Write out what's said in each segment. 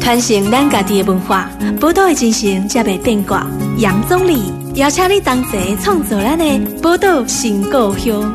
传承咱家己的文化，宝岛的精神才袂变卦。杨总理邀请你同齐创造咱的宝岛新故乡。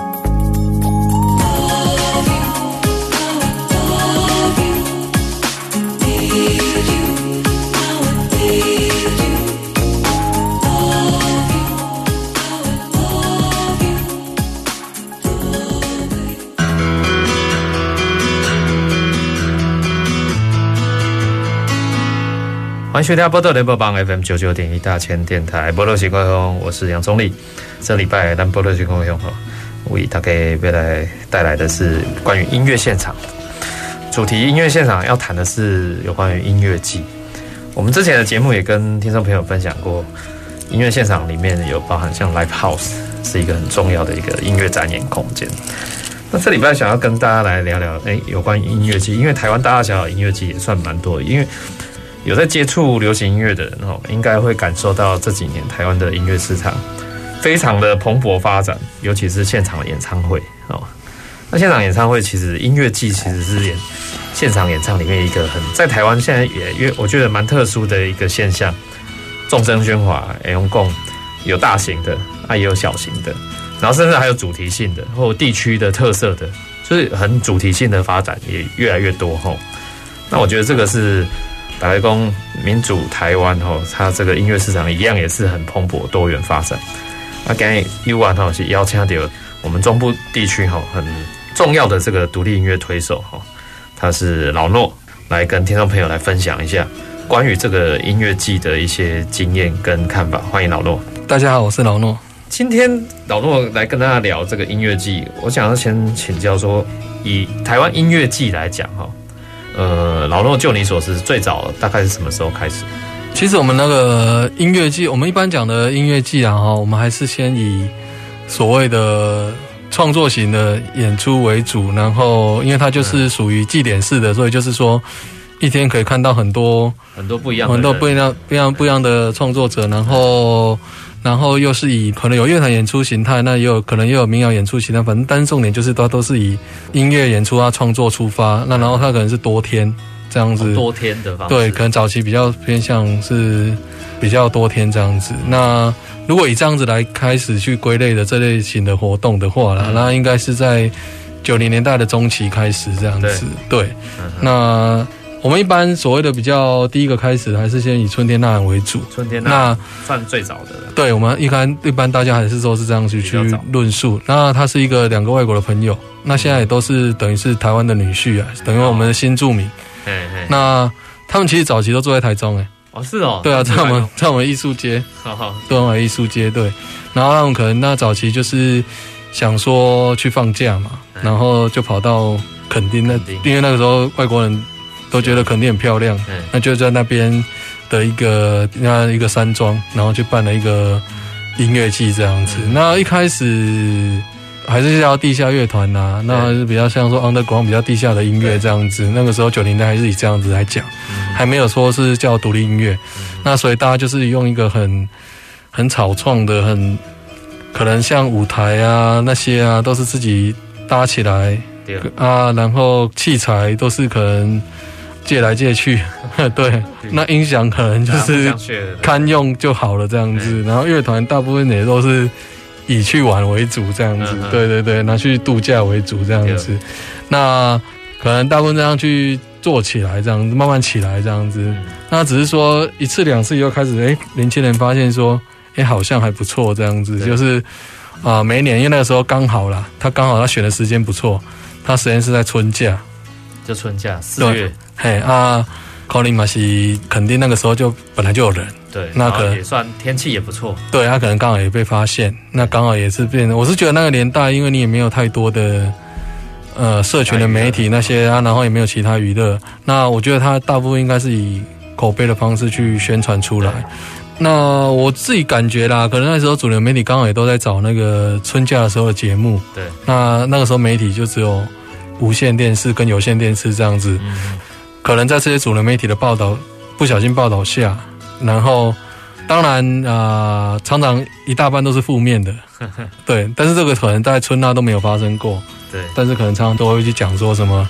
欢迎收听波特联播帮 FM 99.1大千电台波特新故乡，我是杨宗理。这礼拜咱波特新故乡为大家要来带来的是关于音乐现场主题。音乐现场要谈的是有关于音乐季。我们之前的节目也跟听众朋友分享过，音乐现场里面有包含像 Live House 是一个很重要的一个音乐展演空间。那这礼拜想要跟大家来聊聊，有关于音乐季，因为台湾大大小小音乐季也算蛮多的，因为有在接触流行音乐的人应该会感受到这几年台湾的音乐市场非常的蓬勃发展，尤其是现场演唱会那现场演唱会其实音乐季其实是现场演唱里面一个在台湾现在也我觉得蛮特殊的一个现象，众声喧哗，有大型的也有小型的，然后甚至还有主题性的或地区的特色的，就是很主题性的发展也越来越多那我觉得这个是大概说民主台湾它这个音乐市场一样也是很蓬勃多元发展。今天U1是邀请到我们中部地区很重要的这个独立音乐推手他是老诺，来跟听众朋友来分享一下关于这个音乐季的一些经验跟看法。欢迎老诺。 大家好，我是老诺。 今天老诺来跟大家聊这个音乐季，我想要先请教说，以台湾音乐季来讲老诺就你所知，最早大概是什么时候开始？ 其实我们那个音乐季，我们一般讲的音乐季我们还是先以所谓的创作型的演出为主，然后因为它就是属于祭典式的，所以就是说一天可以看到很多不一样的人， 很多不一样的创作者，然后又是以可能有乐团演出形态，那可能也有民谣演出形态，反正单重点就是它都是以音乐演出创作出发，那然后它可能是多天这样子， 多天的方式， 对，可能早期比较偏向是比较多天这样子。那如果以这样子来开始去归类的这类型的活动的话啦，那应该是在90年代的中期开始这样子，对，那我们一般所谓的比较第一个开始，还是先以春天呐喊为主。 春天呐喊算最早的了。 对，我们一般大家还是说是这样去论述。那他是两个外国的朋友，那现在也都是等于是台湾的女婿等于我们的新住民。那他们其实早期都住在台中是哦。 对啊，在我们艺术街，对，我们艺术街对。然后他们可能那早期就是想说去放假嘛，然后就跑到垦丁因为那个时候外国人都觉得垦丁很漂亮，那就在那边的一个山庄，然后去办了一个音乐季这样子。那一开始还是叫地下乐团那还是比较像说 underground 比较地下的音乐这样子。那个时候90年代还是以这样子来讲，还没有说是叫独立音乐。那所以大家就是用一个很草创的，可能像舞台那些都是自己搭起来然后器材都是可能借来借去，对，那音响可能就是堪用就好了这样子。然后乐团大部分也都是以去玩为主这样子，对，拿去度假为主这样子。那可能大部分这样去做起来这样子，慢慢起来这样子。那只是说一次两次以后开始，年轻人发现说，好像还不错这样子，就是每一年因为那个时候刚好他选的时间不错，他时间是在春假， 就春假4月。 可能嘛是肯定那个时候就本来就有人， 对， 那可能也算天气也不错， 对，他可能刚好也被发现，那刚好也是我是觉得那个年代，因为你也没有太多的社群的媒体那些然后也没有其他娱乐，那我觉得他大部分应该是以口碑的方式去宣传出来。那我自己感觉啦，可能那时候主流媒体刚好也都在找那个春假的时候的节目， 对， 那个时候媒体就只有无线电视跟有线电视这样子，可能在这些主流媒体的报道不小心报道下，然后当然常常一大半都是负面的，对，但是这个可能在春娜都没有发生过，对，但是可能常常都会去讲说什么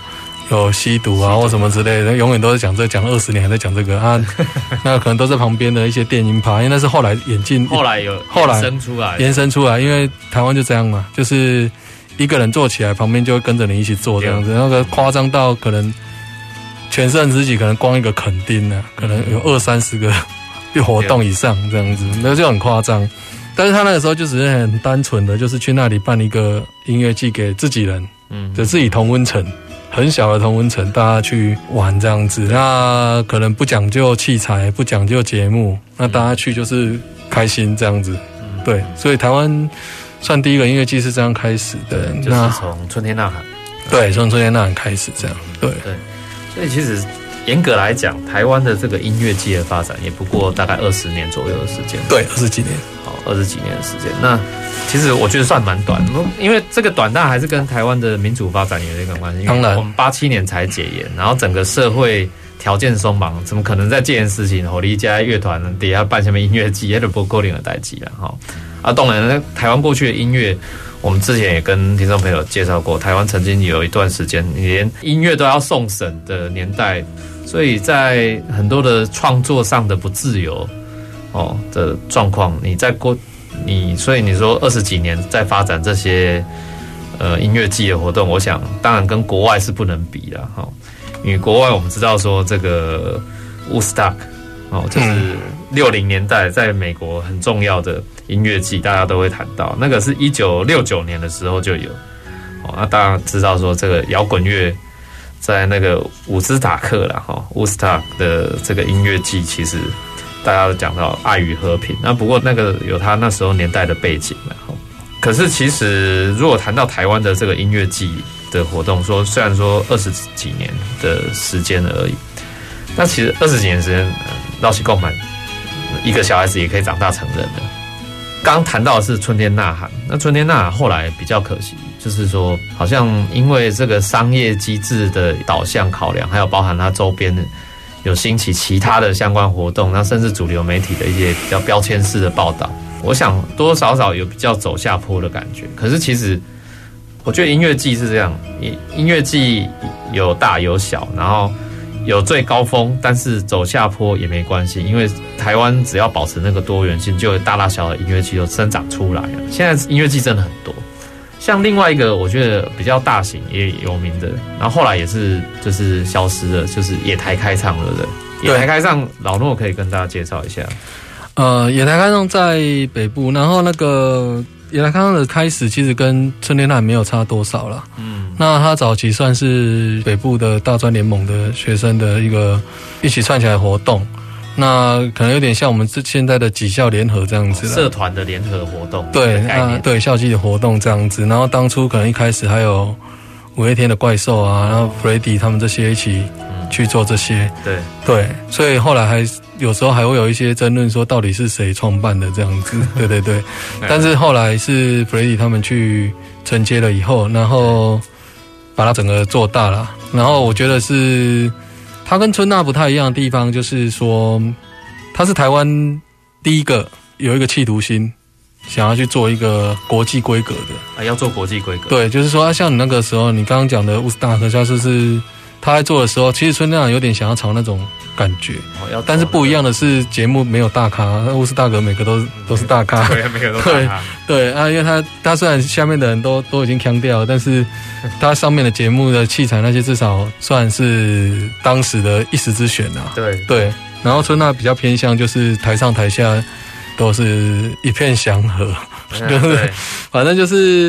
有吸毒啊或什么之类的，永远都是讲20年还在讲这个啊，那可能都在旁边的一些电音趴，因为那是后来后来延伸出来，因为台湾就这样嘛，就是一个人做起来，旁边就会跟着你一起做这样子，那个夸张到可能全盛时期，可能光一个垦丁啊，可能有20-30个活动以上这样子，那就很夸张。但是他那个时候就只是很单纯的，就是去那里办一个音乐季给自己人，就自己同温层。很小的同温层，大家去玩这样子，那可能不讲究器材，不讲究节目，那大家去就是开心这样子。对，所以台湾算第一个音乐季是这样开始的， 就是从春天呐喊。 对，从春天呐喊开始这样。对， 所以其实严格来讲，台湾的这个音乐季的发展也不过大概20年左右的时间。 对，20几年。 好，20几年的时间。那其实我觉得算蛮短，因为这个短大还是跟台湾的民主发展有一个关系。 当然， 我们87年才解严，然后整个社会条件松绑，怎么可能在戒严时期，火力加乐团底下办什么音乐季，也都不够领的代际了哈。啊，当然，台湾过去的音乐，我们之前也跟听众朋友介绍过，台湾曾经有一段时间，连音乐都要送审的年代，所以在很多的创作上的不自由的状况，所以你说20几年在发展这些音乐季的活动，我想当然跟国外是不能比的哈，因为国外我们知道说这个 Woodstock 就是60年代在美国很重要的音乐季，大家都会谈到，那个是1969年的时候就有那当然知道说这个摇滚乐在那个伍兹塔克啦Woodstock 的这个音乐季，其实大家都讲到爱与和平，那不过那个有他那时候年代的背景啦。可是其实如果谈到台湾的这个音乐季的活动，虽然说20几年的时间而已，那其实20几年时间，老实讲，一个小孩子也可以长大成人的。刚谈到的是春天呐喊，那春天呐喊后来比较可惜，就是说好像因为这个商业机制的导向考量，还有包含它周边的有兴起其他的相关活动，那甚至主流媒体的一些比较标签式的报道，我想多多少少有比较走下坡的感觉。可是其实我觉得音乐季是这样，音乐季有大有小，然后有最高峰，但是走下坡也没关系，因为台湾只要保持那个多元性，就有大大小小的音乐季就生长出来了。现在音乐季真的很多，像另外一个我觉得比较大型也有名的，然后后来也是就是消失了，就是野台开唱，对不对？野台开唱，老诺可以跟大家介绍一下。 野台开唱在北部，然后那个野台开唱的开始其实跟春天呐喊没有差多少啦。那他早期算是北部的大专联盟的学生的一起串起来的活动，那可能有点像我们现在的几校联合这样子啦， 社团的联合活动， 对，对，校际的活动这样子。然后当初可能一开始还有五月天的怪兽啊，然后 Freddy 他们这些一起去做这些，对，所以后来有时候还会有一些争论，说到底是谁创办的这样子，对。但是后来是 Freddy 他们去承接了以后，然后把它整个做大了。然后我觉得是它跟春娜不太一样的地方，就是说它是台湾第一个有一个企图心，想要去做一个国际规格的要做国际规格。 对，就是说像你那个时候你刚刚讲的乌斯大克，就是他在做的时候，其实春娜有点想要朝那种感觉，但是不一样的是节目没有大咖，乌斯大克每个都是大咖， 对，每个都大咖， 对啊，因为他虽然下面的人都已经腔掉了，但是他上面的节目的器材那些至少算是当时的一时之选啊。对，然后春娜比较偏向就是台上台下都是一片祥和，就是反正就是，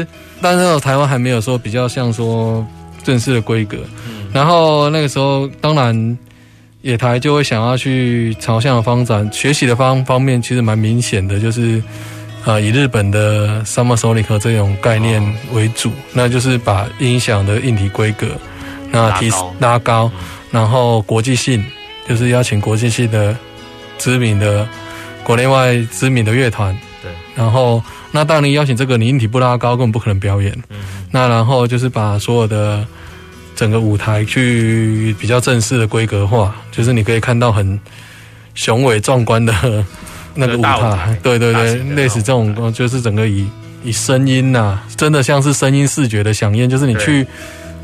但是台湾还没有说比较像说正式的规格。然后那个时候当然野台就会想要去朝向的发展，学习的方面其实蛮明显的，就是以日本的 Summer Sonic 这种概念为主，那就是把音响的硬体规格拉高，然后国际性就是邀请国际性的知名的国内外知名的乐团， 对， 然后那当然你邀请这个你硬体不拉高根本不可能表演，那然后就是把所有的整个舞台去比较正式的规格化，就是你可以看到很雄伟壮观的那个舞台，对，类似这种就是整个以声音啊，真的像是声音视觉的响应，就是你去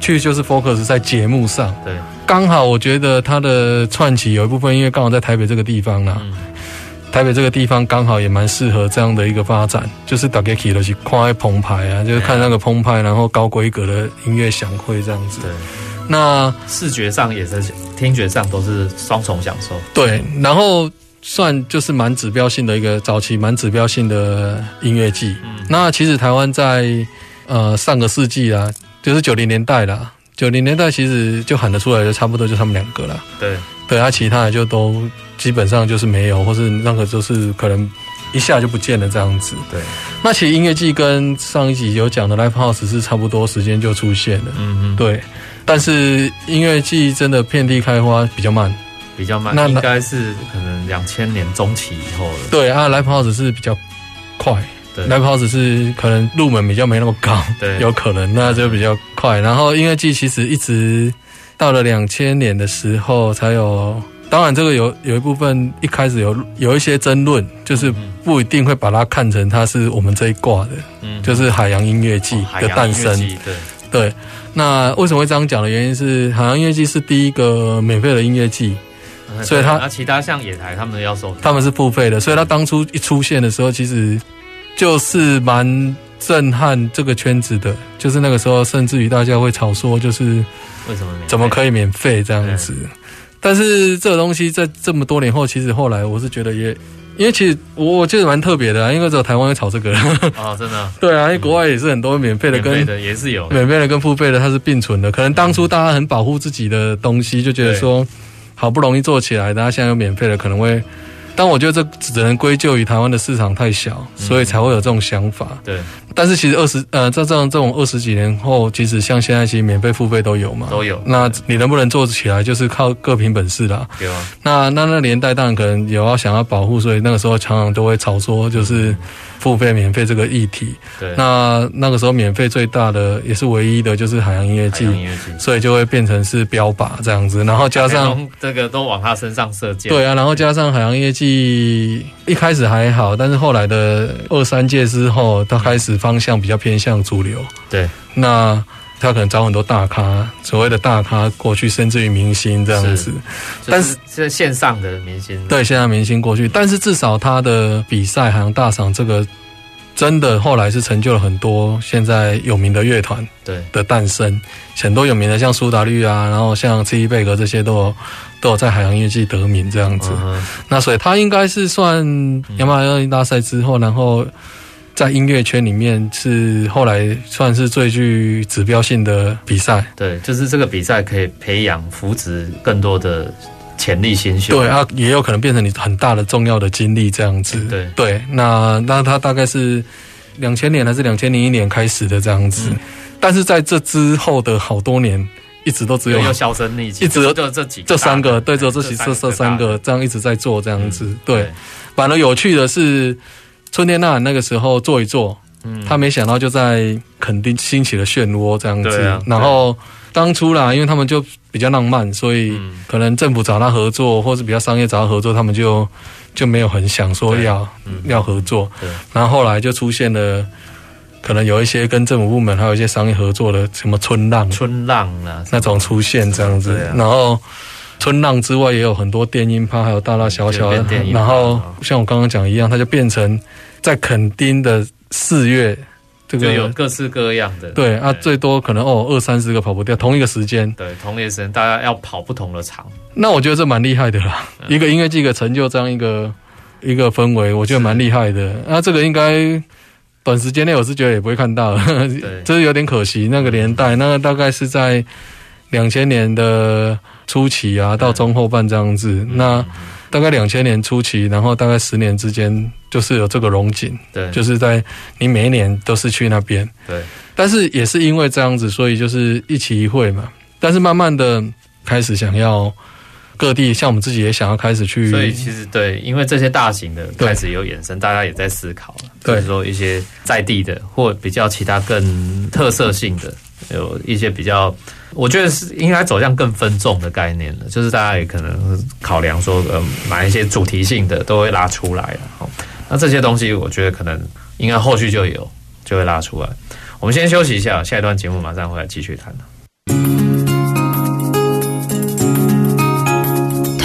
去就是 focus 在节目上。 对， 刚好我觉得它的串起有一部分，因为刚好在台北这个地方啦。台北这个地方刚好也蛮适合这样的一个发展，就是大家去的是看澎湃啊，就是看那个澎湃，然后高规格的音乐响会这样子。 对， 那视觉上也是，听觉上都是双重享受。 对，然后算就是蛮指标性的一个早期蛮指标性的音乐季。那其实台湾在上个世纪啦，就是90年代啦，90年代其实就喊得出来的差不多就他们两个啦。 对。 对啊，其他的就都基本上就是没有，或是那个就是可能一下就不见了这样子。 对， 那其实音乐季跟上一集有讲的 Live House 是差不多时间就出现了。对。但是音乐季真的遍地开花比较慢， 那应该是可能2000年中期以后了。 对啊 ，Live House 是比较快。Live House 是可能入门比较没那么高，对，有可能那就比较快。然后音乐季其实一直到了2000年的时候才有，当然这个有一部分一开始有一些争论，就是不一定会把它看成它是我们这一挂的，就是海洋音乐季的诞生。对，那为什么会这样讲的原因是，海洋音乐季是第一个免费的音乐季，所以它其他像野台他们要收费， 他们是付费的，所以它当初一出现的时候，其实就是蛮震撼这个圈子的，就是那个时候甚至于大家会吵说，就是为什么怎么可以免费这样子？但是这个东西在这么多年后，其实后来我是觉得也，因为其实我觉得蛮特别的，因为只有台湾会炒这个真的。 对啊，因为国外也是很多免费的跟免费的也是有免费的跟付费的，它是并存的。可能当初大家很保护自己的东西，就觉得说好不容易做起来，大家现在有免费的，可能会。但我觉得这只能归咎于台湾的市场太小，所以才会有这种想法。 对。 但是其实这种20几年后，其实像现在其实免费付费都有嘛， 都有。 那你能不能做起来，就是靠各凭本事啦。 有啊。 那年代当然可能有想要保护，所以那个时候常常都会吵说就是付费免费这个议题。 对。 那个时候免费最大的也是唯一的就是海洋音乐季，所以就会变成是标靶这样子，然后加上这个都往他身上射箭。 对啊，然后加上海洋音乐季一开始还好，但是后来的2、3届之后，它开始方向比较偏向主流。 对， 那他可能找很多大咖，所谓的大咖过去，甚至于明星这样子。 但是线上的明星， 对，线上明星过去，但是至少他的比赛海洋大赏这个真的后来是成就了很多现在有名的乐团的诞生，很多有名的像苏打绿啊，然后像赤翼贝壳这些都有在海洋音乐季得名这样子。那所以他应该是算亚马逊奥运大赛之后，然后在音乐圈里面是后来算是最具指标性的比赛。 对，就是这个比赛可以培养扶植更多的潜力新秀。 对啊，也有可能变成你很大的重要的经历这样子。对，那他大概是2000年还是2001年开始的这样子。但是在这之后的好多年，一直都只有销声匿迹， 一直就这 3个，对，只有这3个这样一直在做这样子。对，反而有趣的是，春天呐喊那个时候做一做，他没想到就在垦丁兴起了漩涡这样子。然后当初啦，因为他们就比较浪漫，所以可能政府找他合作，或是比较商业找他合作，他们就没有很想说要合作。然后后来就出现了。可能有一些跟政府部门还有一些商业合作的什么春浪啊那种出现这样子，然后春浪之外也有很多电音趴，还有大大小小的，然后像我刚刚讲一样，它就变成在垦丁的4月，这个就有各式各样的。 对啊，最多可能20-30个跑不掉，同一个时间。 对，同一个时间大家要跑不同的场。 那我觉得这蛮厉害的啦，一个音乐季可以成就这样一个氛围，我觉得蛮厉害的。那这个应该。短时间内我是觉得也不会看到了，这是有点可惜。那个年代，那个大概是在2000年的初期啊，到中后半这样子。那大概2000年初期，然后大概10年之间，就是有这个荣景，对，就是在你每一年都是去那边，对。但是也是因为这样子，所以就是一期一会嘛。但是慢慢的开始想要。各地像我们自己也想要开始去， 所以其实对，因为这些大型的开始有衍生，大家也在思考了，就是说一些在地的或比较其他更特色性的，有一些比较，我觉得是应该走向更分众的概念了，就是大家也可能考量说，买一些主题性的都会拉出来了。那这些东西，我觉得可能应该后续就会拉出来。我们先休息一下，下一段节目马上回来继续谈了。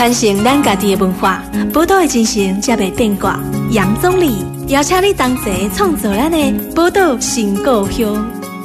传承咱家己的文化，宝岛的精神才袂变卦。杨总理邀请你同齐创造咱的宝岛新故乡。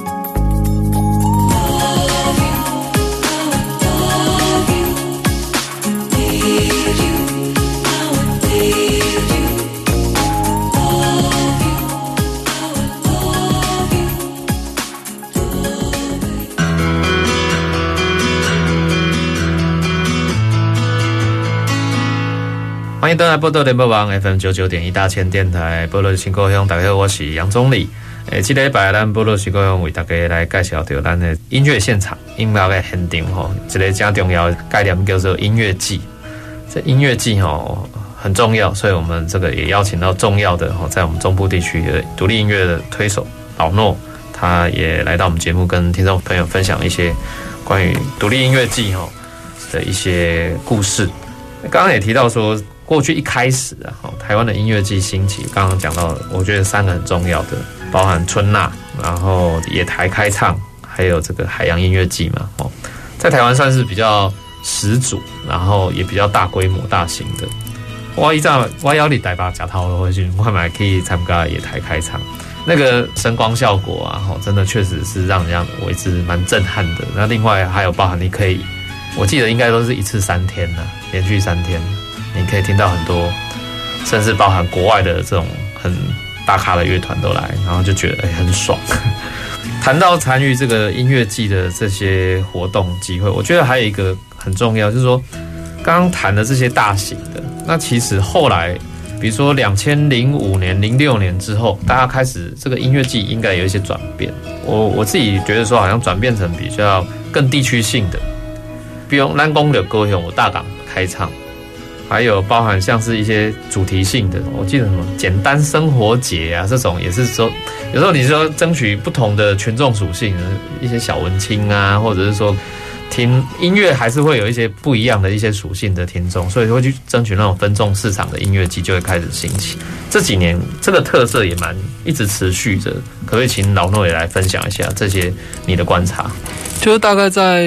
欢迎登来报道联播网 FM99.1大千电台报道新故乡，大家好，我是杨总理。这礼拜咱报道新故乡为大家来介绍到咱的音乐现场、音乐的现场吼，一个真重要的概念叫做音乐季。这音乐季吼很重要，所以我们这个也邀请到重要的在我们中部地区的独立音乐的推手老诺，他也来到我们节目，跟听众朋友分享一些关于独立音乐季的一些故事。刚刚也提到说，过去一开始台湾的音乐季兴起，刚刚讲到，我觉得3个很重要的，包含春吶，然后野台开唱，还有这个海洋音乐季嘛，在台湾算是比较始祖，然后也比较大规模、大型的。我邀你台北吃头路回去，我还可以参加野台开唱，那个声光效果啊，真的确实是让人家为之蛮震撼的。那另外还有包含你可以，我记得应该都是一次3天呢，连续3天。你可以听到很多，甚至包含国外的这种很大咖的乐团都来，然后就觉得很爽。谈到参与这个音乐季的这些活动机会，我觉得还有一个很重要，就是说刚刚谈的这些大型的，那其实后来，比如说2005年、06年之后，大家开始这个音乐季应该有一些转变。我自己觉得说，好像转变成比较更地区性的，比如咱讲的高雄有大港开唱。还有包含像是一些主题性的，我记得什么简单生活节啊，这种也是说，有时候你说争取不同的群众属性，一些小文青啊，或者是说听音乐还是会有一些不一样的一些属性的听众，所以会去争取那种分众市场的音乐季就会开始兴起。这几年这个特色也蛮一直持续着，可不可以请老诺也来分享一下这些你的观察？ 就是大概在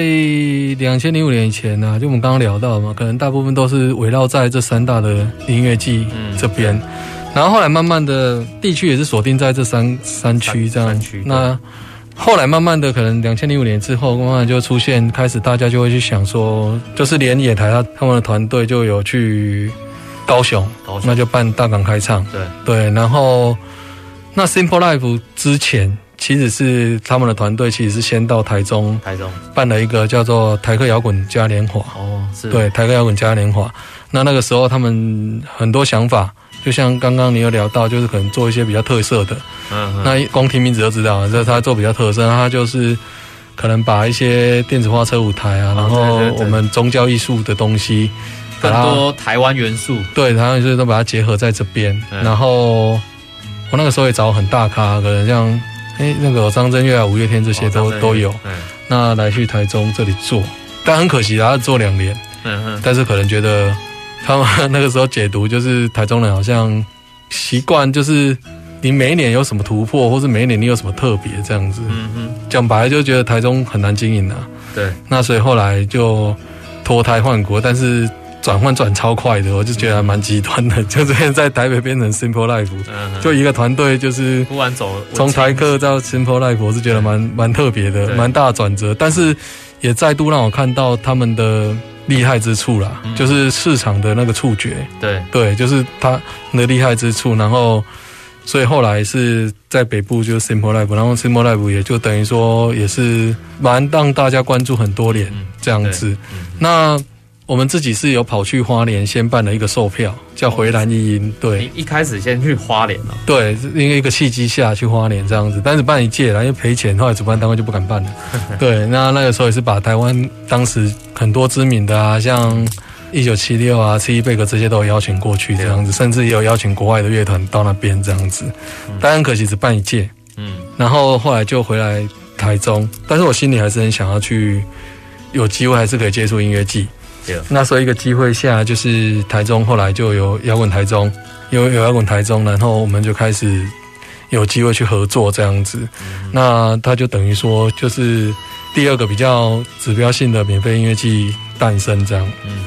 2005年以前呢，就我们刚刚聊到嘛，可能大部分都是围绕在这3大的音乐季这边，然后后来慢慢的地区也是锁定在这三区这样。那后来慢慢的，可能2005年之后，慢慢就出现开始大家就会去想说，就是连野台他们的团队就有去高雄，那就办大港开唱，对，然后那 Simple Life 之前。其实是他们的团队，其实是先到台中办了一个叫做台客摇滚嘉年华。是对，台客摇滚嘉年华。那个时候他们很多想法，就像刚刚你有聊到，就是可能做一些比较特色的。那光听名字就知道，这他做比较特色，他就是可能把一些电子花车舞台啊，然后我们宗教艺术的东西， 更多台湾元素， 对，台湾元素都把它结合在这边。然后我那个时候也找很大咖，可能像。那个张震岳啊、五月天这些都有，那来去台中这里做，但很可惜他做2年，但是可能觉得他们那个时候解读就是台中人好像习惯就是你每一年有什么突破，或是每一年你有什么特别这样子，讲白了就觉得台中很难经营啊，对，那所以后来就脱胎换骨，但是。转超快的，我就觉得还蛮极端的，就是在台北变成 Simple Life，就一个团队就是突然走从台客到 Simple Life， 我是觉得蛮特别的，蛮大的转折，但是也再度让我看到他们的厉害之处啦，就是市场的那个触觉，对，就是他的厉害之处，然后所以后来是在北部就是 Simple Life， 然后 Simple Life 也就等于说也是蛮让大家关注很多年这样子，那。我们自己是有跑去花莲，先办了一个售票，叫回蓝一音。对， 你一开始先去花莲哦。 对，因为一个契机下去花莲这样子，但是办一届了，因为赔钱，后来主办单位就不敢办了。对，那个时候也是把台湾当时很多知名的啊，像1976啊、赤翼贝壳这些都有邀请过去这样子，甚至也有邀请国外的乐团到那边这样子。但很可惜只办一届，然后后来就回来台中，但是我心里还是很想要去，有机会还是可以接触音乐季。那时候一个机会下，就是台中后来就有摇滚台中，有摇滚台中，然后我们就开始有机会去合作这样子。那他就等于说，就是第2个比较指标性的免费音乐季诞生这样。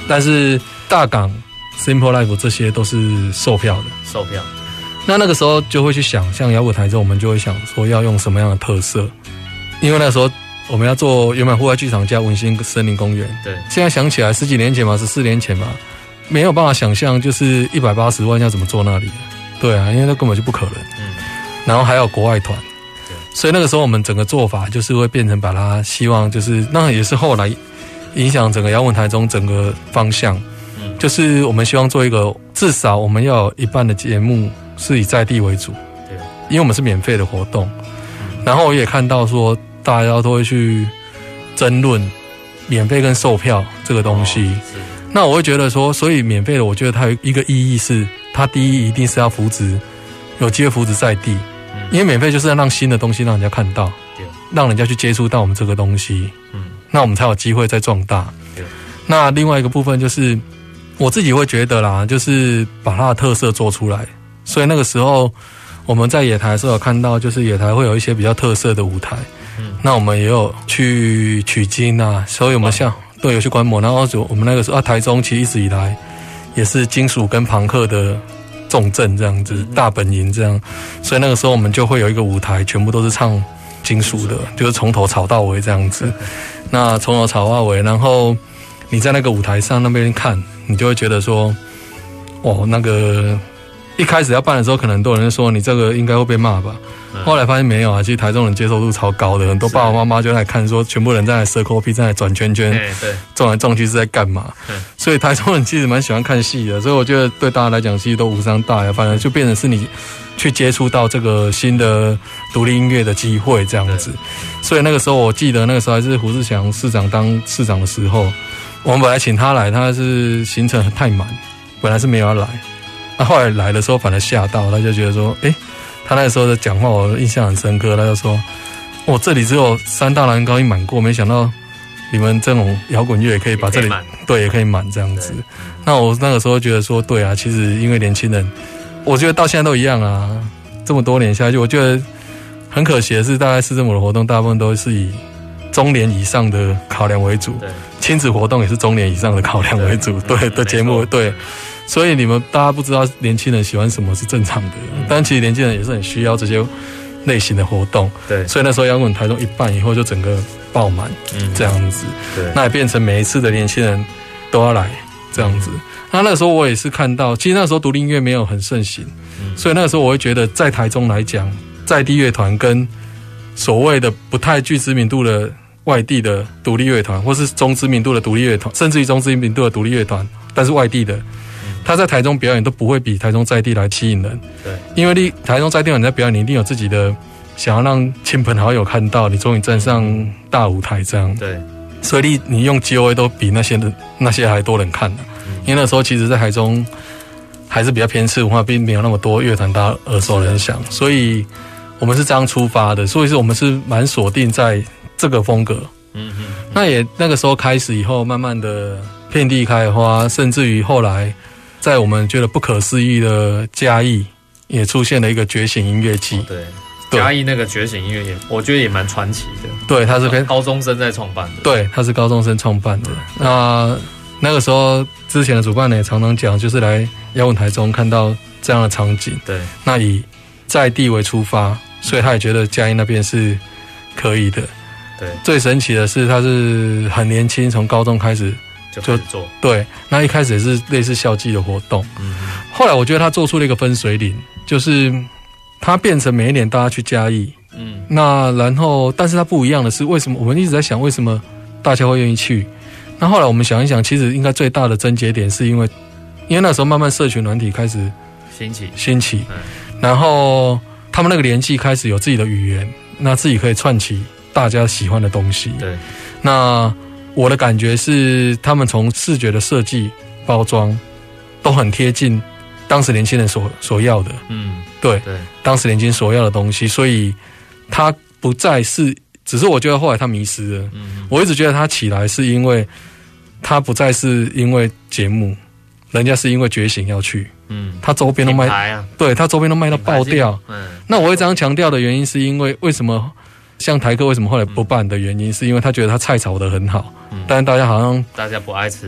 但是大港、Simple Life 这些都是售票的， 售票。 那个时候就会去想，像摇滚台中，我们就会想说要用什么样的特色，因为那时候我们要做圆满户外剧场加文心森林公园。对，现在想起来10几年前吧，14年前吧，没有办法想象就是180万要怎么做那里。对啊，因为那根本就不可能。然后还有国外团，所以那个时候我们整个做法就是会变成把它希望就是那也是后来影响整个摇滚台中整个方向。就是我们希望做一个至少我们要有一半的节目是以在地为主，对，因为我们是免费的活动。然后我也看到说大家都会去争论免费跟售票这个东西。那我会觉得说，所以免费的我觉得它有一个意义是，它第一一定是要扶植，有机会扶植在地。因为免费就是要让新的东西让人家看到，让人家去接触到我们这个东西，那我们才有机会再壮大。那另外一个部分就是我自己会觉得啦，就是把它的特色做出来。所以那个时候我们在野台的时候有看到，就是野台会有一些比较特色的舞台，那我们也有去取经啊，所以我们有去观摩。然后我们那个时候台中其实一直以来也是金属跟朋克的重镇这样子，大本营这样，所以那个时候我们就会有一个舞台，全部都是唱金属的，就是从头吵到尾这样子。那从头吵到尾，然后你在那个舞台上那边看，你就会觉得说，那个一开始要办的时候，可能很多人说你这个应该会被骂吧。后来发现没有啊，其实台中人接受度超高的，很多爸爸妈妈就在看说，全部人在那 circle P 在那转圈圈，撞来撞去是在干嘛？所以台中人其实蛮喜欢看戏的，所以我觉得对大家来讲其实都无伤大雅，反正就变成是你去接触到这个新的独立音乐的机会这样子。所以那个时候我记得那个时候还是胡志强市长当市长的时候，我们本来请他来，他是行程太满，本来是没有要来。后来来的时候反而吓到，他就觉得说，他那个时候的讲话我印象很深刻，他就说，这里只有3大栏高一满过，没想到你们这种摇滚乐也可以把这里对也可以满这样子。那我那个时候觉得说，对啊，其实因为年轻人，我觉得到现在都一样啊，这么多年下去，我觉得很可惜的是，大概市政府的活动大部分都是以中年以上的考量为主，亲子活动也是中年以上的考量为主，对的节目，对。所以你们大家不知道年轻人喜欢什么是正常的，但其实年轻人也是很需要这些类型的活动。对，所以那时候摇滚台中一办以后就整个爆满，这样子。对，那也变成每一次的年轻人都要来这样子。那个时候我也是看到，其实那时候独立音乐没有很盛行，所以那个时候我会觉得，在台中来讲，在地乐团跟所谓的不太具知名度的外地的独立乐团，或是中知名度的独立乐团，甚至于中知名度的独立乐团，但是外地的。他在台中表演都不会比台中在地来吸引人，对，因为台中在地人在表演，你一定有自己的想要让亲朋好友看到，你终于站上大舞台这样，对，所以你用 GOA 都比那些还多人看的，因为那时候其实在台中还是比较偏次文化，并没有那么多乐团大家耳熟能详，所以我们是这样出发的，所以是我们是蛮锁定在这个风格，那也那个时候开始以后，慢慢的遍地开花，甚至于后来。在我们觉得不可思议的嘉义，也出现了一个觉醒音乐季。对， 嘉义那个觉醒音乐我觉得也蛮传奇的。 对，他是高中生在创办的。 对，他是高中生创办的。那个时候之前的主办人也常常讲，就是来摇滚台中看到这样的场景。对，那以在地为出发，所以他也觉得嘉义那边是可以的。对，最神奇的是他是很年轻，从高中开始。就做对，那一开始也是类似校际的活动，后来我觉得他做出了一个分水岭，就是他变成每一年大家去嘉义，那然后但是他不一样的是，为什么我们一直在想为什么大家会愿意去？那后来我们想一想，其实应该最大的症结点是因为那时候慢慢社群软体开始兴起，然后他们那个年纪开始有自己的语言，那自己可以串起大家喜欢的东西，对，那。我的感觉是，他们从视觉的设计、包装都很贴近当时年轻人所要的，对，当时年轻人所要的东西，所以他不再是，只是我觉得后来他迷失了。我一直觉得他起来是因为他不再是因为节目，人家是因为觉醒要去，他周边都卖，对他周边都卖到爆掉。那我会这样强调的原因是因为什么？像台客为什么后来不办的原因，是因为他觉得他菜炒得很好，但是大家不爱吃，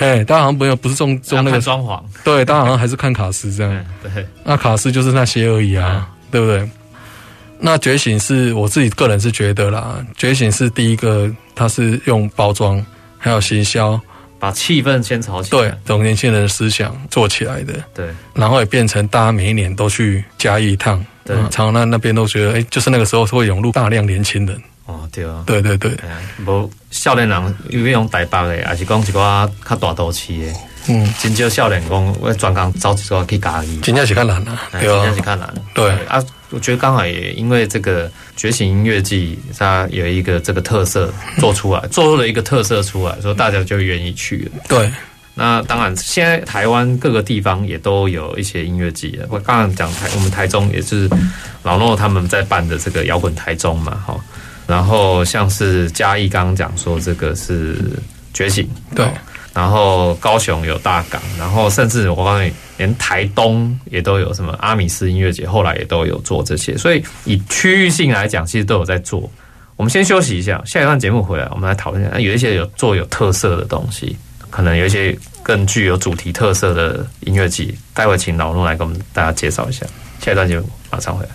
嘿，大家好像不是种那个装潢， 对，大家好像还是看卡斯这样。 对， 那卡斯就是那些而已啊，对不对？那觉醒是我自己个人是觉得啦，觉醒是第一个，它是用包装还有行销。 把气氛先炒起来， 对，从年轻人的思想做起来的， 对， 然后也变成大家每一年都去嘉义一趟，对，常常那边都觉得，就是那个时候会涌入大量年轻人。 哦，对啊， 对对对， 无少年人有用台北的，还是讲一寡较大都市的，真少少年讲我专工走一撮去嘉义， 真正是较难啊，对啊， 真正是较难， 对啊。我觉得刚好也因为这个觉醒音乐季，它有一个这个特色做出来，做出了一个特色出来，所以大家就愿意去了。 对， 那当然，现在台湾各个地方也都有一些音乐季了。我刚刚讲我们台中也是老诺他们在办的这个摇滚台中嘛，哈。然后像是嘉义刚刚讲说这个是觉醒， 对。 然后高雄有大港，然后甚至我告诉你，连台东也都有什么阿米斯音乐节，后来也都有做这些，所以以区域性来讲，其实都有在做。我们先休息一下，下一段节目回来，我们来讨论一下，有一些有特色的东西，可能有一些更具有主题特色的音乐季，待会请老诺来跟我们大家介绍一下。下一段节目马上回来。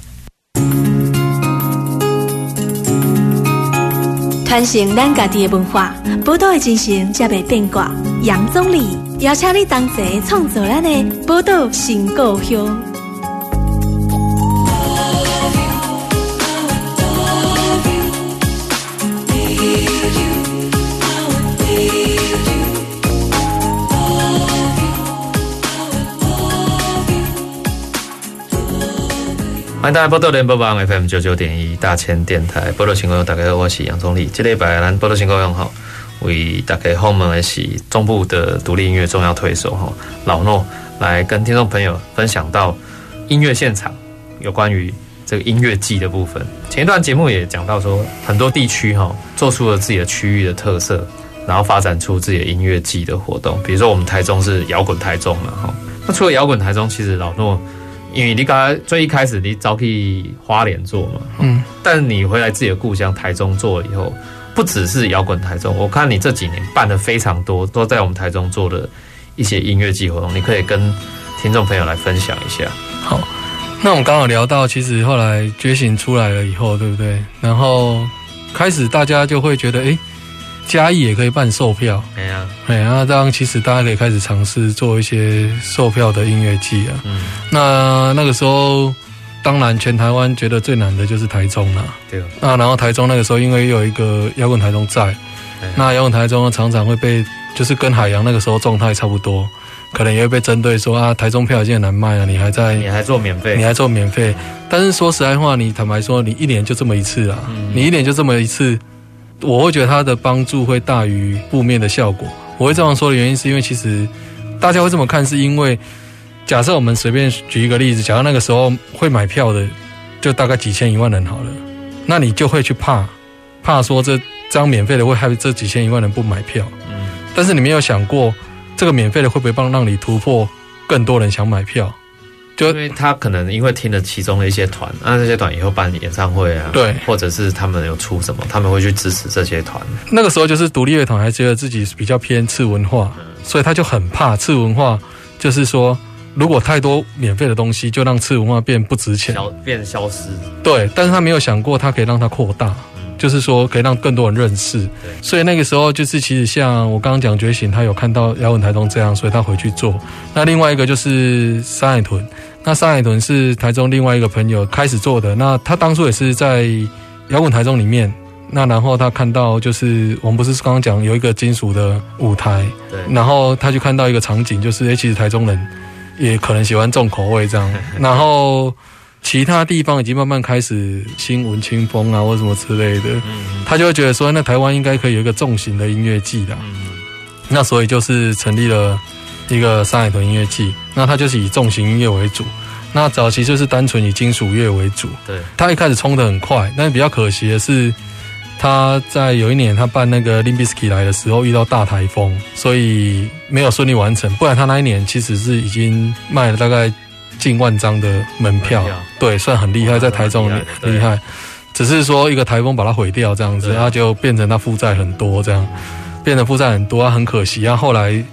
传承咱家己的文化，宝岛的精神才袂变卦。杨总理邀请你同齐创造咱的宝岛新故乡。 欢迎大家报道联播网 FM 99.1大千电台报道新故乡，大家好，我是杨宗理。这礼拜咱报道新故乡好，为大家访问的是中部的独立音乐重要推手哈老诺，来跟听众朋友分享到音乐现场有关于这个音乐季的部分。前一段节目也讲到说，很多地区哈做出了自己的区域的特色，然后发展出自己的音乐季的活动。比如说我们台中是摇滚台中嘛哈，那除了摇滚台中，其实老诺。因为你刚才最一开始你早去花莲做嘛，但你回来自己的故乡台中做了以后，不只是摇滚台中，我看你这几年办的非常多，都在我们台中做的一些音乐季活动，你可以跟听众朋友来分享一下。 好，那我们刚好聊到，其实后来觉醒出来了以后，对不对？然后开始大家就会觉得，嘉义也可以办售票，那这样其实大家可以开始尝试做一些售票的音乐季啊。那个时候，当然全台湾觉得最难的就是台中啦。对。然后台中那个时候，因为有一个摇滚台中在，那摇滚台中常常会被，就是跟海洋那个时候状态差不多，可能也会被针对说啊，台中票已经很难卖了，你还做免费，但是说实在话，你坦白说，你一年就这么一次啊，你一年就这么一次。我会觉得它的帮助会大于负面的效果。我会这样说的原因是因为其实大家会这么看，是因为假设我们随便举一个例子，假如那个时候会买票的就大概几千1万人好了，那你就会去怕说这张免费的会害这几千1万人不买票。但是你没有想过这个免费的会不会让你突破更多人想买票？ 就因为他可能因为听了其中的一些团，那这些团以后办演唱会啊， 对， 或者是他们有出什么，他们会去支持这些团。 那个时候就是独立乐团还觉得自己比较偏次文化，所以他就很怕次文化，就是说如果太多免费的东西，就让次文化变不值钱， 变消失。 对，但是他没有想过，他可以让它扩大。就是说可以让更多人认识，所以那个时候就是其实像我刚刚讲觉醒，他有看到摇滚台中这样，所以他回去做。那另外一个就是山海豚，那山海豚是台中另外一个朋友开始做的，那他当初也是在摇滚台中里面，那然后他看到就是我们不是刚刚讲有一个金属的舞台，对，然后他就看到一个场景，就是其实台中人也可能喜欢重口味这样，然后其他地方已经慢慢开始新文青风啊或什么之类的，他就会觉得说那台湾应该可以有一个重型的音乐季啦，那所以就是成立了一个山海豚音乐季，那他就是以重型音乐为主，那早期就是单纯以金属乐为主，对，他一开始冲得很快，但是比较可惜的是他在有一年他办那个 Limp Bizkit 来的时候遇到大台风，所以没有顺利完成，不然他那一年其实是已经卖了大概近10000张的门票，对，算很厉害，在台中厉害，只是说一个台风把它毁掉这样子，他就变成他负债很多这样，变成负债很多，很可惜啊。后来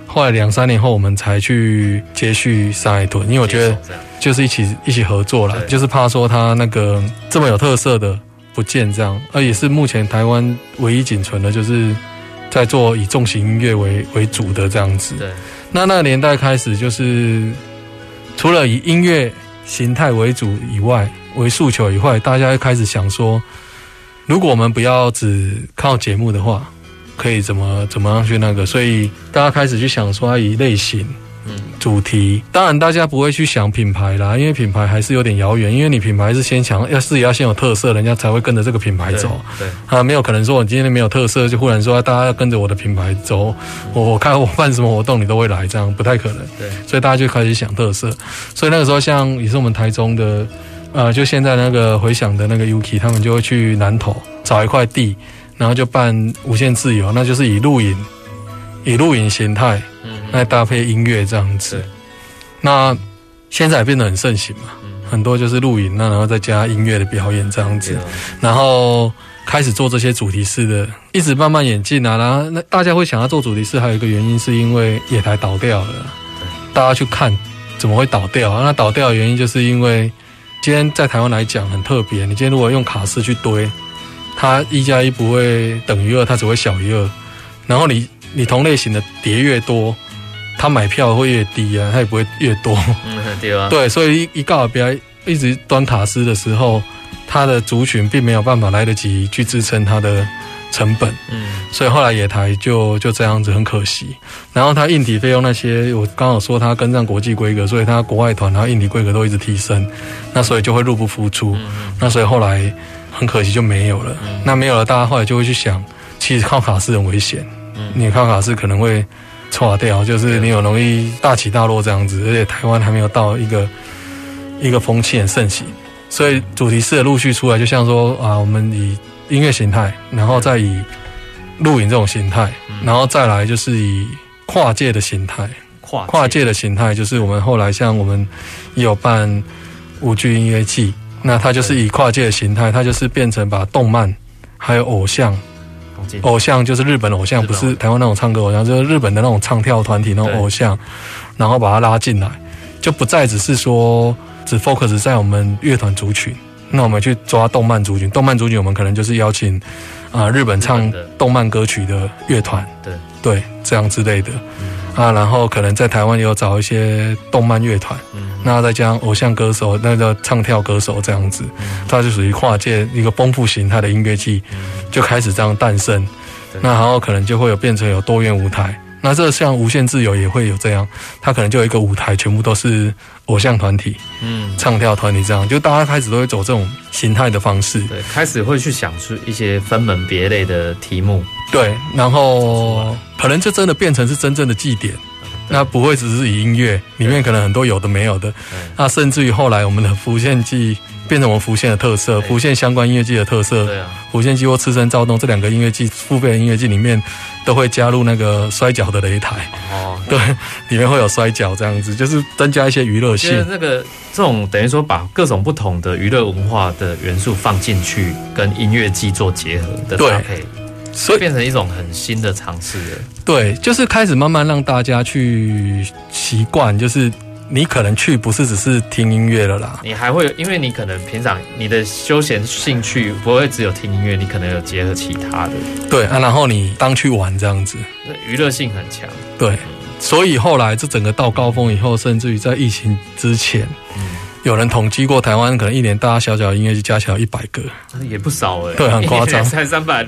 后来2-3年后我们才去接续上海豚，因为我觉得就是一起合作啦，就是怕说他那个这么有特色的不见这样，也是目前台湾唯一仅存的，就是在做以重型音乐为主的这样子。对，那个年代开始，就是除了以音乐形态为主以外，为诉求以外，大家开始想说，如果我们不要只靠节目的话，可以怎么样去那个，所以大家开始去想说以类型。主题当然大家不会去想品牌啦，因为品牌还是有点遥远，因为你品牌是先想自己要先有特色，人家才会跟着这个品牌走。对没有可能说我今天没有特色，就忽然说大家要跟着我的品牌走，我看我办什么活动你都会来，这样不太可能。对，所以大家就开始想特色，所以那个时候像也是我们台中的就现在那个回响的那个 Yuki， 他们就会去南投找一块地，然后就办无限自由，那就是以录影形态来搭配音乐这样子。那现在也变得很盛行嘛，很多就是录影，那然后再加音乐的表演这样子，然后开始做这些主题式的，一直慢慢演进啊。然后那大家会想要做主题式，还有一个原因是因为野台倒掉了，大家去看怎么会倒掉啊？那倒掉的原因就是因为今天在台湾来讲很特别，你今天如果用卡式去堆，它1+1不会等于2，它只会小于2，然后你同类型的碟越多，他买票会越低啊，他也不会越多。对啊。对，所以一告别一直端卡司的时候，他的族群并没有办法来得及去支撑他的成本。所以后来野台就这样子，很可惜。然后他硬体费用那些，我刚好说他跟上国际规格，所以他国外团然后硬体规格都一直提升，那所以就会入不敷出。那所以后来很可惜就没有了。那没有了，大家后来就会去想，其实靠卡司很危险。你靠卡司可能会错掉，就是你有容易大起大落这样子，而且台湾还没有到一个风气很盛行，所以主题式的陆续出来，就像说我们以音乐形态，然后再以录影这种形态，然后再来就是以跨界的形态，跨界的形态就是我们后来像我们也有办舞剧音乐季，那它就是以跨界的形态，它就是变成把动漫还有偶像就是日本偶像，不是台湾那种唱歌偶像，就是日本的那种唱跳团体那种偶像，然后把它拉进来，就不再只是说只 focus 在我们乐团族群，那我们去抓动漫族群，我们可能就是邀请日本唱动漫歌曲的乐团，对这样之类的然后可能在台湾也有找一些动漫乐团，那再加上偶像歌手，那个唱跳歌手这样子，它就属于跨界一个丰富形态的音乐季，就开始这样诞生。那然后可能就会变成有多元舞台。那这像无限自由也会有这样，它可能就有一个舞台，全部都是偶像团体，唱跳团体这样，就大家开始都会走这种形态的方式。 对，开始会去想出一些分门别类的题目。 对，然后可能就真的变成是真正的祭典。那不会只是以音乐，里面可能很多有的没有的。那甚至于后来我们的浮现季变成我们浮现的特色，浮现相关音乐季的特色。对啊，浮现季或赤身躁动这2个音乐季付费的音乐季里面都会加入那个摔跤的擂台。对，里面会有摔跤这样子，就是增加一些娱乐性。 那个这种等于说把各种不同的娱乐文化的元素放进去，跟音乐季做结合的搭配。所以变成一种很新的尝试了。 对，就是开始慢慢让大家去习惯，就是你可能去不是只是听音乐了啦， 你还会有，因为你可能平常你的休闲兴趣不会只有听音乐，你可能有结合其他的。 对然后你当去玩这样子， 娱乐性很强。 对，所以后来这整个到高峰以后，甚至于在疫情之前，有人统计过台湾可能一年大大小小的音乐季加起来100个， 也不少对，很夸张， 才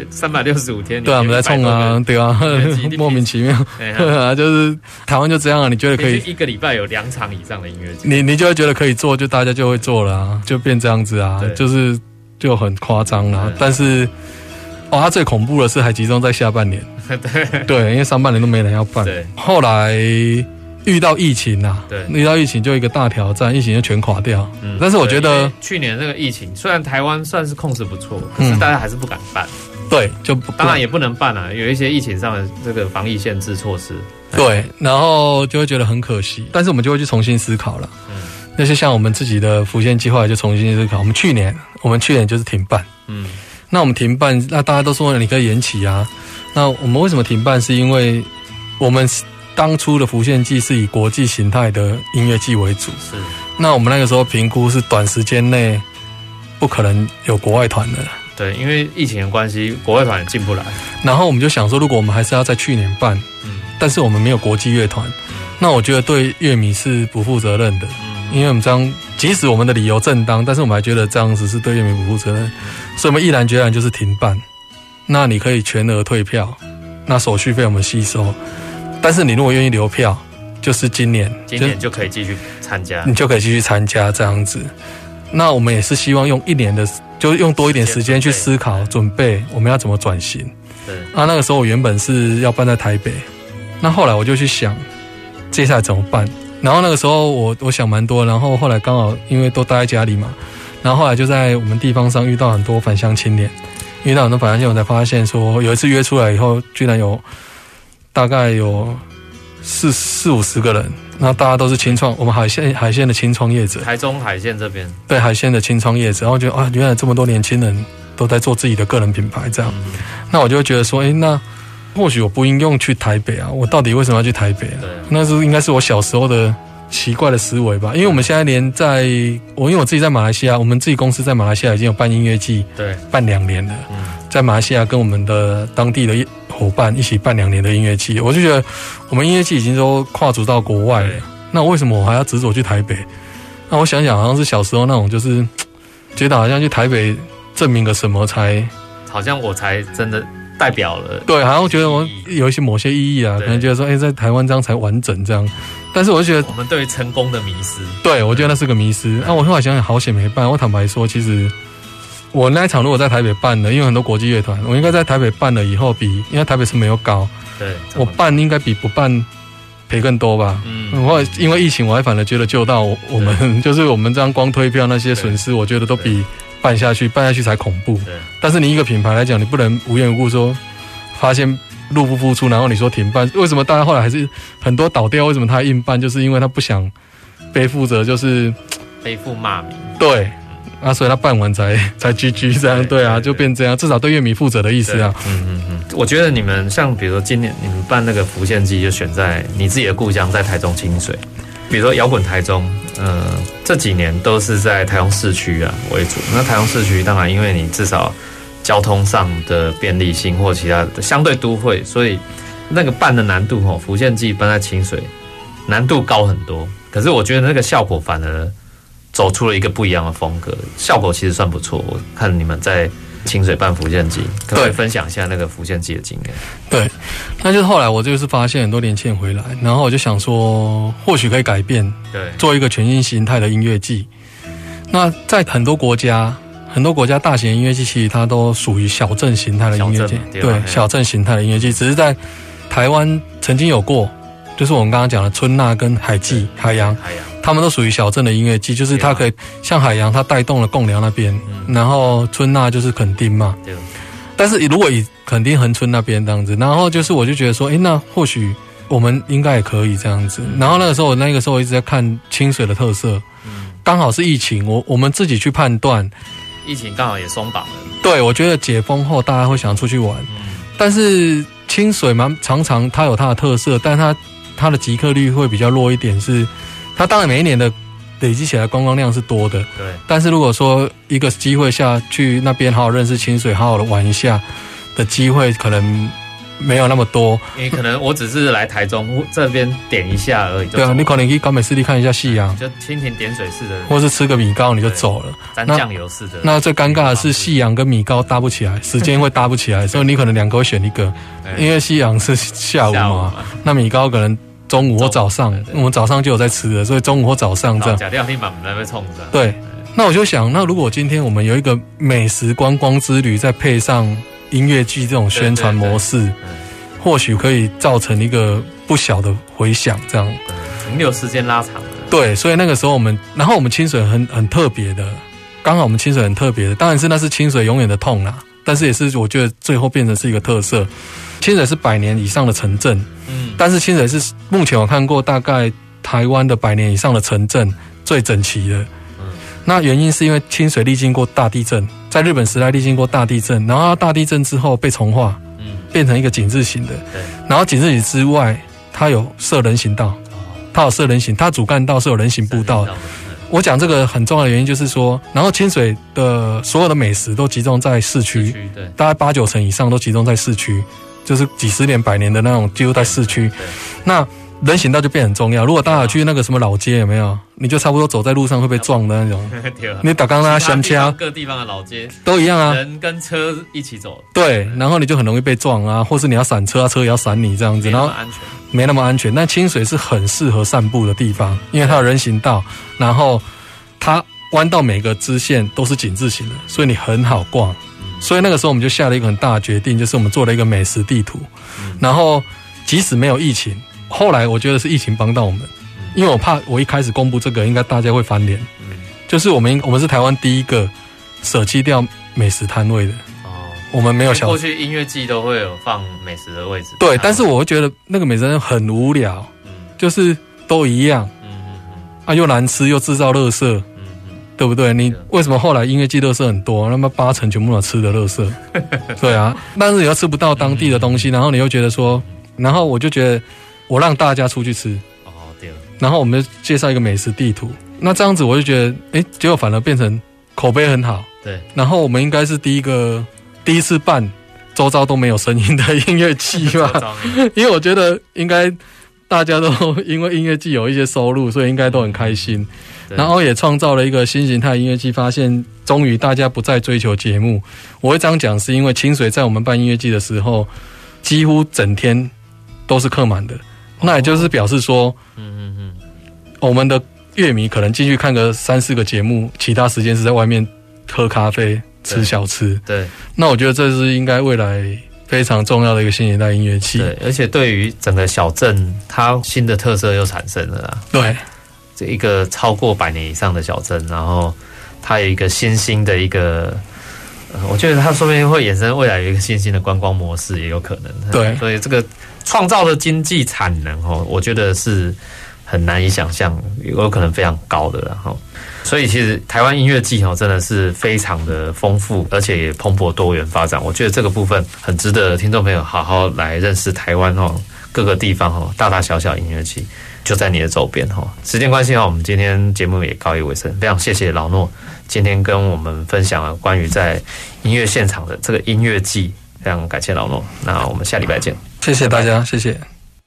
365天。 对啊，我们在冲啊，对啊，莫名其妙，就是台湾就这样啊，你觉得可以一个礼拜有2场以上的音乐季， 你就会觉得可以做，就大家就会做了啊，就变这样子啊，就很夸张啊。但是它最恐怖的是还集中在下半年，对，因为上半年都没人要办。后来遇到疫情遇到疫情就一个大挑战，疫情就全垮掉。但是我觉得去年那个疫情，虽然台湾算是控制不错，可是大家还是不敢办。 对，就当然也不能办有一些疫情上的这个防疫限制措施。 对，然后就会觉得很可惜，但是我们就会去重新思考了。那些像我们自己的浮现计划就重新思考。我们去年就是停办。那我们停办，那大家都说你可以延期啊。那我们为什么停办？是因为我们当初的浮现祭是以国际形态的音乐季为主， 是。 那我们那个时候评估是短时间内不可能有国外团的。 对，因为疫情的关系，国外团也进不来。 然后我们就想说，如果我们还是要在去年办，但是我们没有国际乐团，那我觉得对乐迷是不负责任的。因为我们这样，即使我们的理由正当，但是我们还觉得这样子是对乐迷不负责任，所以我们毅然决然就是停办。那你可以全额退票，那手续费我们吸收，但是你如果愿意留票，就是今年就可以继续参加， 你就可以继续参加这样子。那我们也是希望用1年的，就用多一点时间去思考准备我们要怎么转型。 对， 那个时候我原本是要办在台北，那后来我就去想接下来怎么办。然后那个时候我想蛮多，然后后来刚好因为都待在家里嘛，然后后来就在我们地方上遇到很多返乡青年，遇到很多返乡青年，我才发现说有一次约出来以后，居然有大概有40-50个人，那大家都是青创，我们海鲜的青创业者， 台中海鲜这边， 对，海鲜的青创业者，然后觉得原来这么多年轻人都在做自己的个人品牌这样，那我就会觉得说，那或许我不应用去台北啊，我到底为什么要去台北啊？那是应该是我小时候的奇怪的思维吧，因为我们现在连因为我自己在马来西亚，我们自己公司在马来西亚已经有办音乐季，对，办2年了，在马来西亚跟我们的当地的伙伴一起办2年的音乐季，我就觉得我们音乐季已经都跨足到国外了，那为什么我还要执着去台北？那我想想，好像是小时候那种，就是觉得好像去台北证明个什么才， 好像我才真的代表了， 对，好像觉得我有一些某些意义啊，可能觉得说，在台湾这样才完整这样。但是我就觉得我们对于成功的迷思， 对，我觉得那是个迷思。那我后来想想，好险没办。我坦白说，其实我那一场如果在台北办的，因为很多国际乐团，我应该在台北办了以后因为台北成本又高，对，我办应该比不办赔更多吧。我因为疫情，我还反而觉得救到我们，就是我们这样光推票那些损失，我觉得都比办下去才恐怖。但是你一个品牌来讲，你不能无缘无故说发现入不敷出，然后你说停办，为什么大家后来还是很多倒掉？为什么他硬办？就是因为他不想背负着，就是背负骂名。 对，所以他办完才 GG 这样，对啊，就变这样，至少对乐迷负责的意思啊。 我觉得你们像比如说今年你们办那个浮现祭，就选在你自己的故乡，在台中清水。比如说摇滚台中，这几年都是在台中市区为主。那台中市区当然因为你至少交通上的便利性或其他的相对都会，所以那个办的难度浮现祭办在清水难度高很多。可是我觉得那个效果反而走出了一个不一样的风格，效果其实算不错。我看你们在清水办浮现祭，可不可以分享一下那个浮现祭的经验？对， 那就是后来我就是发现很多年轻人回来，然后我就想说，或许可以改变，对，做一个全新形态的音乐季。那在很多国家大型音乐季其实它都属于小镇形态的音乐季，对，小镇形态的音乐季，只是在台湾曾经有过，就是我们刚刚讲的春娜跟海洋，他们都属于小镇的音乐季，就是它可以像海洋，它带动了贡寮那边，然后春娜就是垦丁嘛，但是如果以垦丁恒春那边这样子，然后就是我就觉得说，那或许我们应该也可以这样子。然后那个时候我一直在看清水的特色，刚好是疫情，我们自己去判断。 疫情刚好也松绑了， 对，我觉得解封后大家会想出去玩，但是清水常常它有它的特色，但它的集客率会比较弱一点，是它当然每一年的累积起来观光量是多的，对，但是如果说一个机会下去那边好好认识清水，好好的玩一下的机会，可能没有那么多， 因为可能我只是来台中这边点一下而已。 对啊，你可能去高美湿地看一下夕阳， 就蜻蜓点水似的， 或是吃个米糕你就走了， 沾酱油似的。 那最尴尬的是夕阳跟米糕搭不起来，时间会搭不起来，所以你可能2个会选一个，因为夕阳是下午嘛，那米糕可能中午或早上，我们早上就有在吃了，所以中午或早上这样。 假料立马来被冲着。 对，那我就想，那如果今天我们有一个美食观光之旅，再配上音乐剧这种宣传模式。或许可以造成一个不小的回响，这样停留时间拉长了。 对，所以那个时候然后我们清水很特别的，刚好我们清水很特别的，当然是那是清水永远的痛啦，但是也是我觉得最后变成是一个特色。清水是100年以上的城镇，但是清水是目前我看过大概台湾的100年以上的城镇最整齐的。那原因是因为清水历经过大地震，在日本时代历经过大地震，然后大地震之后被重化。变成一个井字形的，然后井字形之外它有设人行道，它有设人行，它主干道是有人行步道的。我讲这个很重要的原因就是说，然后清水的所有的美食都集中在市区，大概8-9成以上都集中在市区，就是几十年、100年的那种，几乎在市区。那人行道就变很重要。如果大家有去那个什么老街，有没有？你就差不多走在路上会被撞的那种。你打刚刚相掐， 各地方的老街都一样啊， 人跟车一起走。 对，然后你就很容易被撞啊，或是你要闪车啊，车也要闪你这样子，然后没那么安全。但清水是很适合散步的地方，因为它有人行道，然后它弯道每个支线都是井字形的，所以你很好逛。所以那个时候我们就下了一个很大的决定，就是我们做了一个美食地图。然后即使没有疫情，后来我觉得是疫情帮到我们，因为我怕我一开始公布这个，应该大家会翻脸。就是我们是台湾第一个舍弃掉美食摊位的。我们没有过去音乐季都会有放美食的位置。 对，但是我会觉得那个美食很无聊，就是都一样，又难吃又制造垃圾，对不对？你为什么后来音乐季垃圾很多？那么8成全部都吃的垃圾，对啊。但是你又吃不到当地的东西，然后你又觉得说，然后我就觉得我让大家出去吃， 对。 然后我们就介绍一个美食地图，那这样子我就觉得，结果反而变成口碑很好， 对。 然后我们应该是第一次办周遭都没有声音的音乐季吧，因为我觉得应该大家都因为音乐季有一些收入，所以应该都很开心。然后也创造了一个新形态音乐季，发现终于大家不再追求节目。我会这样讲，是因为清水在我们办音乐季的时候，几乎整天都是客满的。那也就是表示说，我们的乐迷可能进去看个3-4个节目，其他时间是在外面喝咖啡、吃小吃。 对， 那我觉得这是应该未来非常重要的一个新形态音乐季。 对，而且对于整个小镇，它新的特色又产生了啦。 对。 这一个超过100年以上的小镇，然后它有一个新兴的一个，我觉得它说不定会衍生未来有一个新兴的观光模式，也有可能。 对， 所以这个创造的经济产能我觉得是很难以想象，有可能非常高的啦。所以其实台湾音乐季真的是非常的丰富，而且也蓬勃多元发展。我觉得这个部分很值得听众朋友好好来认识台湾各个地方大大小小音乐季就在你的周边时间关系我们今天节目也告一尾声，非常谢谢老诺今天跟我们分享了关于在音乐现场的这个音乐季，非常感谢老诺。那我们下礼拜见， 谢谢大家，谢谢。